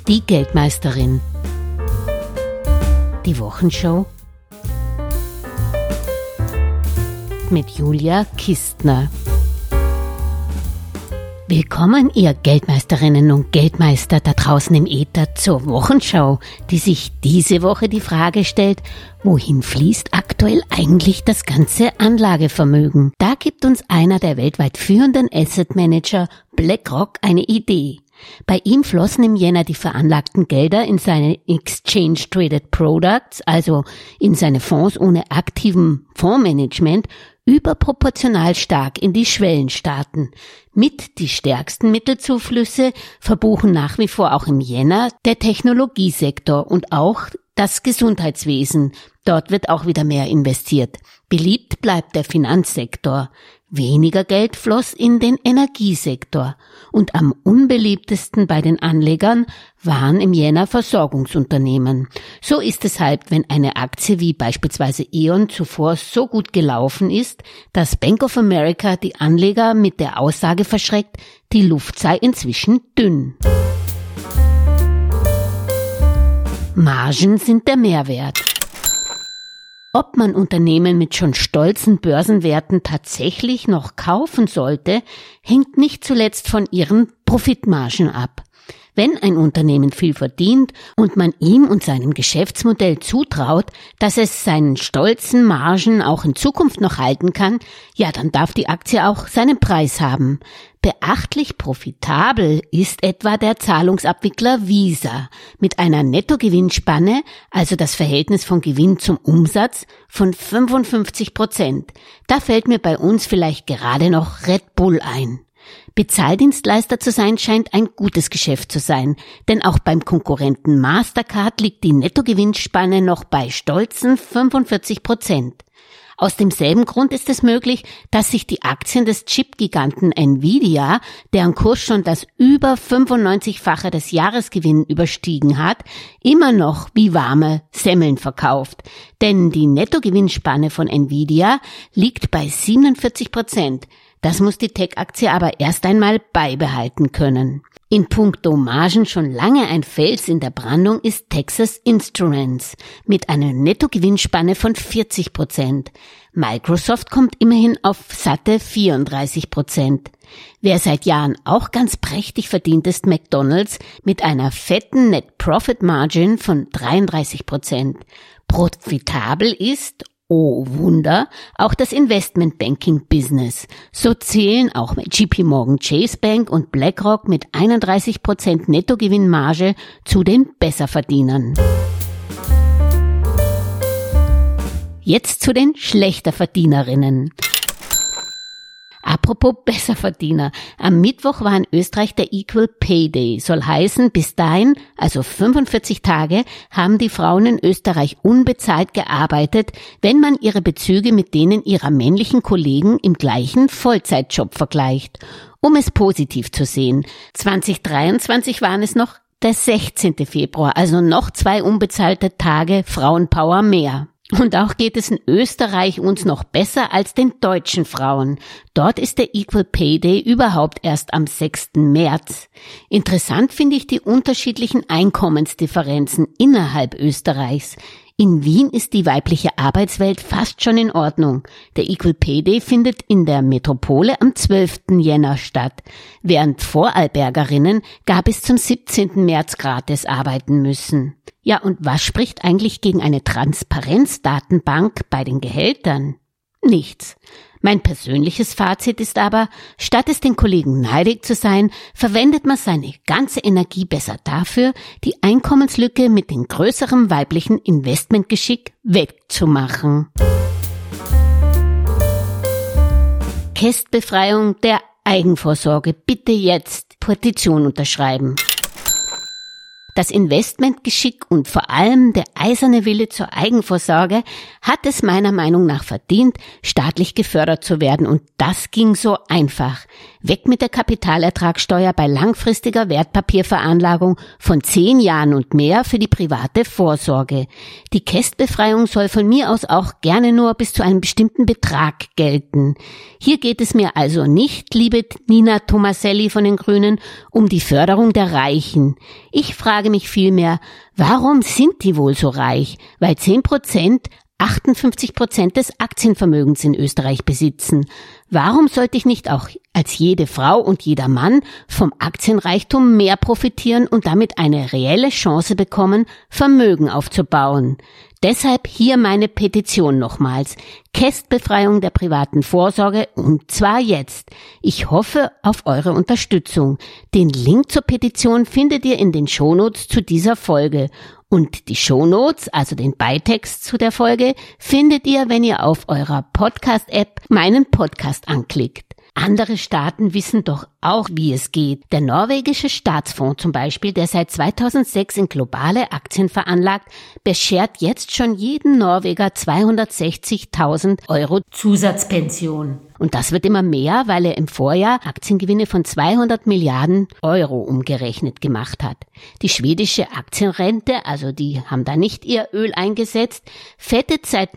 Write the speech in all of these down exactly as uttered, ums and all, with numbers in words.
Die Geldmeisterin. Die Wochenshow mit Julia Kistner. Willkommen, ihr Geldmeisterinnen und Geldmeister da draußen im Äther zur Wochenschau, die sich diese Woche die Frage stellt, wohin fließt aktuell eigentlich das ganze Anlagevermögen? Da gibt uns einer der weltweit führenden Asset Manager, BlackRock, eine Idee. Bei ihm flossen im Jänner die veranlagten Gelder in seine Exchange Traded Products, also in seine Fonds ohne aktiven Fondsmanagement, überproportional stark in die Schwellenstaaten. Mit die stärksten Mittelzuflüsse verbuchen nach wie vor auch im Jänner der Technologiesektor und auch das Gesundheitswesen. Dort wird auch wieder mehr investiert. Beliebt bleibt der Finanzsektor. Weniger Geld floss in den Energiesektor. Und am unbeliebtesten bei den Anlegern waren im Jänner Versorgungsunternehmen. So ist es halt, wenn eine Aktie wie beispielsweise E.ON zuvor so gut gelaufen ist, dass Bank of America die Anleger mit der Aussage verschreckt, die Luft sei inzwischen dünn. Margen sind der Mehrwert. Ob man Unternehmen mit schon stolzen Börsenwerten tatsächlich noch kaufen sollte, hängt nicht zuletzt von ihren Profitmargen ab. Wenn ein Unternehmen viel verdient und man ihm und seinem Geschäftsmodell zutraut, dass es seinen stolzen Margen auch in Zukunft noch halten kann, ja, dann darf die Aktie auch seinen Preis haben. Beachtlich profitabel ist etwa der Zahlungsabwickler Visa mit einer Nettogewinnspanne, also das Verhältnis von Gewinn zum Umsatz, von fünfundfünfzig Prozent. Da fällt mir bei uns vielleicht gerade noch Red Bull ein. Bezahldienstleister zu sein scheint ein gutes Geschäft zu sein, denn auch beim Konkurrenten Mastercard liegt die Nettogewinnspanne noch bei stolzen fünfundvierzig Prozent. Aus demselben Grund ist es möglich, dass sich die Aktien des Chip-Giganten Nvidia, deren Kurs schon das über fünfundneunzigfache des Jahresgewinns überstiegen hat, immer noch wie warme Semmeln verkauft. Denn die Nettogewinnspanne von Nvidia liegt bei siebenundvierzig Prozent. Das muss die Tech-Aktie aber erst einmal beibehalten können. In puncto Margen schon lange ein Fels in der Brandung ist Texas Instruments mit einer Nettogewinnspanne von vierzig Prozent. Microsoft kommt immerhin auf satte vierunddreißig Prozent. Wer seit Jahren auch ganz prächtig verdient, ist McDonald's mit einer fetten Net Profit Margin von dreiunddreißig Prozent. Profitabel ist, oh Wunder, auch das Investmentbanking-Business. So zählen auch J P Morgan Chase Bank und BlackRock mit einunddreißig Prozent Nettogewinnmarge zu den Besserverdienern. Jetzt zu den Schlechterverdienerinnen. Apropos Besserverdiener. Am Mittwoch war in Österreich der Equal Pay Day. Soll heißen, bis dahin, also fünfundvierzig Tage, haben die Frauen in Österreich unbezahlt gearbeitet, wenn man ihre Bezüge mit denen ihrer männlichen Kollegen im gleichen Vollzeitjob vergleicht. Um es positiv zu sehen. zwanzig dreiundzwanzig waren es noch der sechzehnten Februar, also noch zwei unbezahlte Tage Frauenpower mehr. Und auch geht es in Österreich uns noch besser als den deutschen Frauen. Dort ist der Equal Pay Day überhaupt erst am sechsten März. Interessant finde ich die unterschiedlichen Einkommensdifferenzen innerhalb Österreichs. In Wien ist die weibliche Arbeitswelt fast schon in Ordnung. Der Equal Pay Day findet in der Metropole am zwölften Jänner statt, während Vorarlbergerinnen gar bis zum siebzehnten März gratis arbeiten müssen. Ja, und was spricht eigentlich gegen eine Transparenzdatenbank bei den Gehältern? Nichts. Mein persönliches Fazit ist aber, statt es den Kollegen neidig zu sein, verwendet man seine ganze Energie besser dafür, die Einkommenslücke mit dem größeren weiblichen Investmentgeschick wegzumachen. Kästbefreiung der Eigenvorsorge. Bitte jetzt Petition unterschreiben. Das Investmentgeschick und vor allem der eiserne Wille zur Eigenvorsorge hat es meiner Meinung nach verdient, staatlich gefördert zu werden, und das ging so einfach. Weg mit der Kapitalertragssteuer bei langfristiger Wertpapierveranlagung von zehn Jahren und mehr für die private Vorsorge. Die Kästbefreiung soll von mir aus auch gerne nur bis zu einem bestimmten Betrag gelten. Hier geht es mir also nicht, liebe Nina Tomaselli von den Grünen, um die Förderung der Reichen. Ich frage mich vielmehr, warum sind die wohl so reich? Weil zehn Prozent achtundfünfzig Prozent des Aktienvermögens in Österreich besitzen. Warum sollte ich nicht auch als jede Frau und jeder Mann vom Aktienreichtum mehr profitieren und damit eine reelle Chance bekommen, Vermögen aufzubauen? Deshalb hier meine Petition nochmals. Kästbefreiung der privaten Vorsorge und zwar jetzt. Ich hoffe auf eure Unterstützung. Den Link zur Petition findet ihr in den Shownotes zu dieser Folge. Und die Shownotes, also den Beitext zu der Folge, findet ihr, wenn ihr auf eurer Podcast-App meinen Podcast anklickt. Andere Staaten wissen doch auch, wie es geht. Der norwegische Staatsfonds zum Beispiel, der seit zweitausendsechs in globale Aktien veranlagt, beschert jetzt schon jedem Norweger zweihundertsechzigtausend Euro Zusatzpension. Und das wird immer mehr, weil er im Vorjahr Aktiengewinne von zweihundert Milliarden Euro umgerechnet gemacht hat. Die schwedische Aktienrente, also die haben da nicht ihr Öl eingesetzt, fettet seit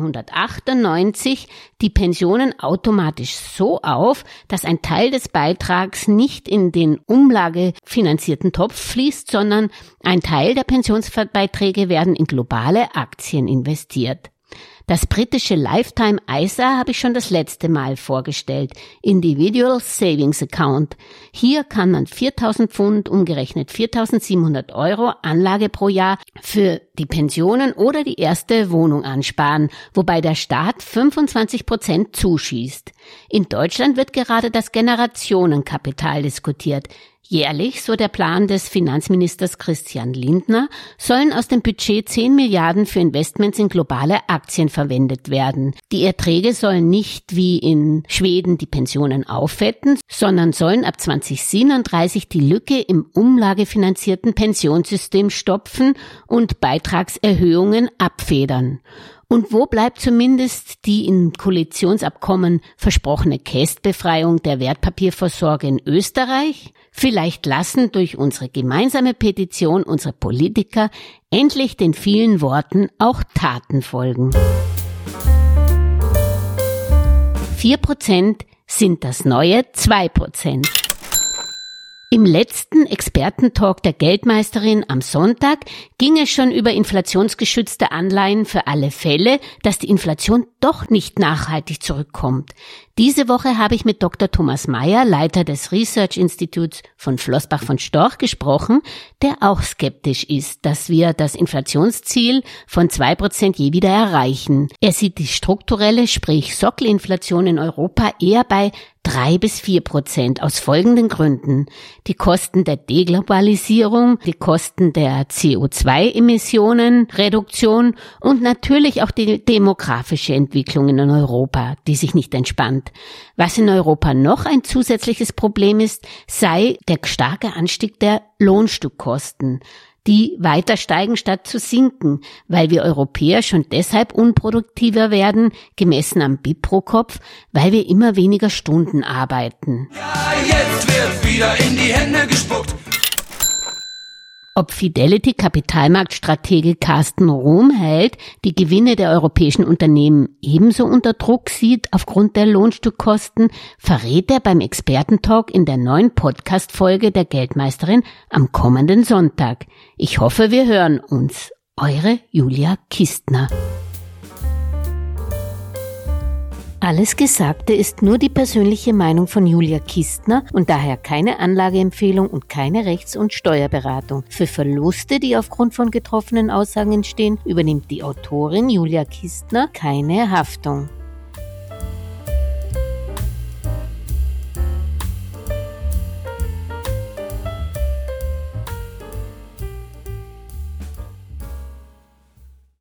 neunzehnhundertachtundneunzig die Pensionen automatisch so auf, dass ein Teil des Beitrags nicht in den umlagefinanzierten Topf fließt, sondern ein Teil der Pensionsbeiträge werden in globale Aktien investiert. Das britische Lifetime I S A habe ich schon das letzte Mal vorgestellt. Individual Savings Account. Hier kann man viertausend Pfund, umgerechnet viertausendsiebenhundert Euro Anlage pro Jahr für die Pensionen oder die erste Wohnung ansparen, wobei der Staat fünfundzwanzig Prozent zuschießt. In Deutschland wird gerade das Generationenkapital diskutiert. Jährlich, so der Plan des Finanzministers Christian Lindner, sollen aus dem Budget zehn Milliarden für Investments in globale Aktien verwendet werden. Die Erträge sollen nicht wie in Schweden die Pensionen auffetten, sondern sollen ab zweitausendsiebenunddreißig die Lücke im umlagefinanzierten Pensionssystem stopfen und Beitragserhöhungen abfedern. Und wo bleibt zumindest die im Koalitionsabkommen versprochene Kästbefreiung der Wertpapiervorsorge in Österreich? Vielleicht lassen durch unsere gemeinsame Petition unsere Politiker endlich den vielen Worten auch Taten folgen. Vier Prozent sind das neue zwei Prozent. Im letzten Expertentalk der Geldmeisterin am Sonntag ging es schon über inflationsgeschützte Anleihen für alle Fälle, dass die Inflation doch nicht nachhaltig zurückkommt. Diese Woche habe ich mit Doktor Thomas Mayer, Leiter des Research-Instituts von Flossbach von Storch, gesprochen, der auch skeptisch ist, dass wir das Inflationsziel von zwei Prozent je wieder erreichen. Er sieht die strukturelle, sprich Sockelinflation in Europa eher bei drei bis vier Prozent aus folgenden Gründen. Die Kosten der Deglobalisierung, die Kosten der C O zwei Emissionen, Reduktion und natürlich auch die demografische Entwicklung in Europa, die sich nicht entspannt. Was in Europa noch ein zusätzliches Problem ist, sei der starke Anstieg der Lohnstückkosten, die weiter steigen statt zu sinken, weil wir Europäer schon deshalb unproduktiver werden, gemessen am B I P pro Kopf, weil wir immer weniger Stunden arbeiten. Ja, jetzt wird wieder in die Hände gespuckt. Ob Fidelity-Kapitalmarktstratege Carsten Rohmheld die Gewinne der europäischen Unternehmen ebenso unter Druck sieht aufgrund der Lohnstückkosten, verrät er beim Expertentalk in der neuen Podcast-Folge der Geldmeisterin am kommenden Sonntag. Ich hoffe, wir hören uns. Eure Julia Kistner. Alles Gesagte ist nur die persönliche Meinung von Julia Kistner und daher keine Anlageempfehlung und keine Rechts- und Steuerberatung. Für Verluste, die aufgrund von getroffenen Aussagen entstehen, übernimmt die Autorin Julia Kistner keine Haftung.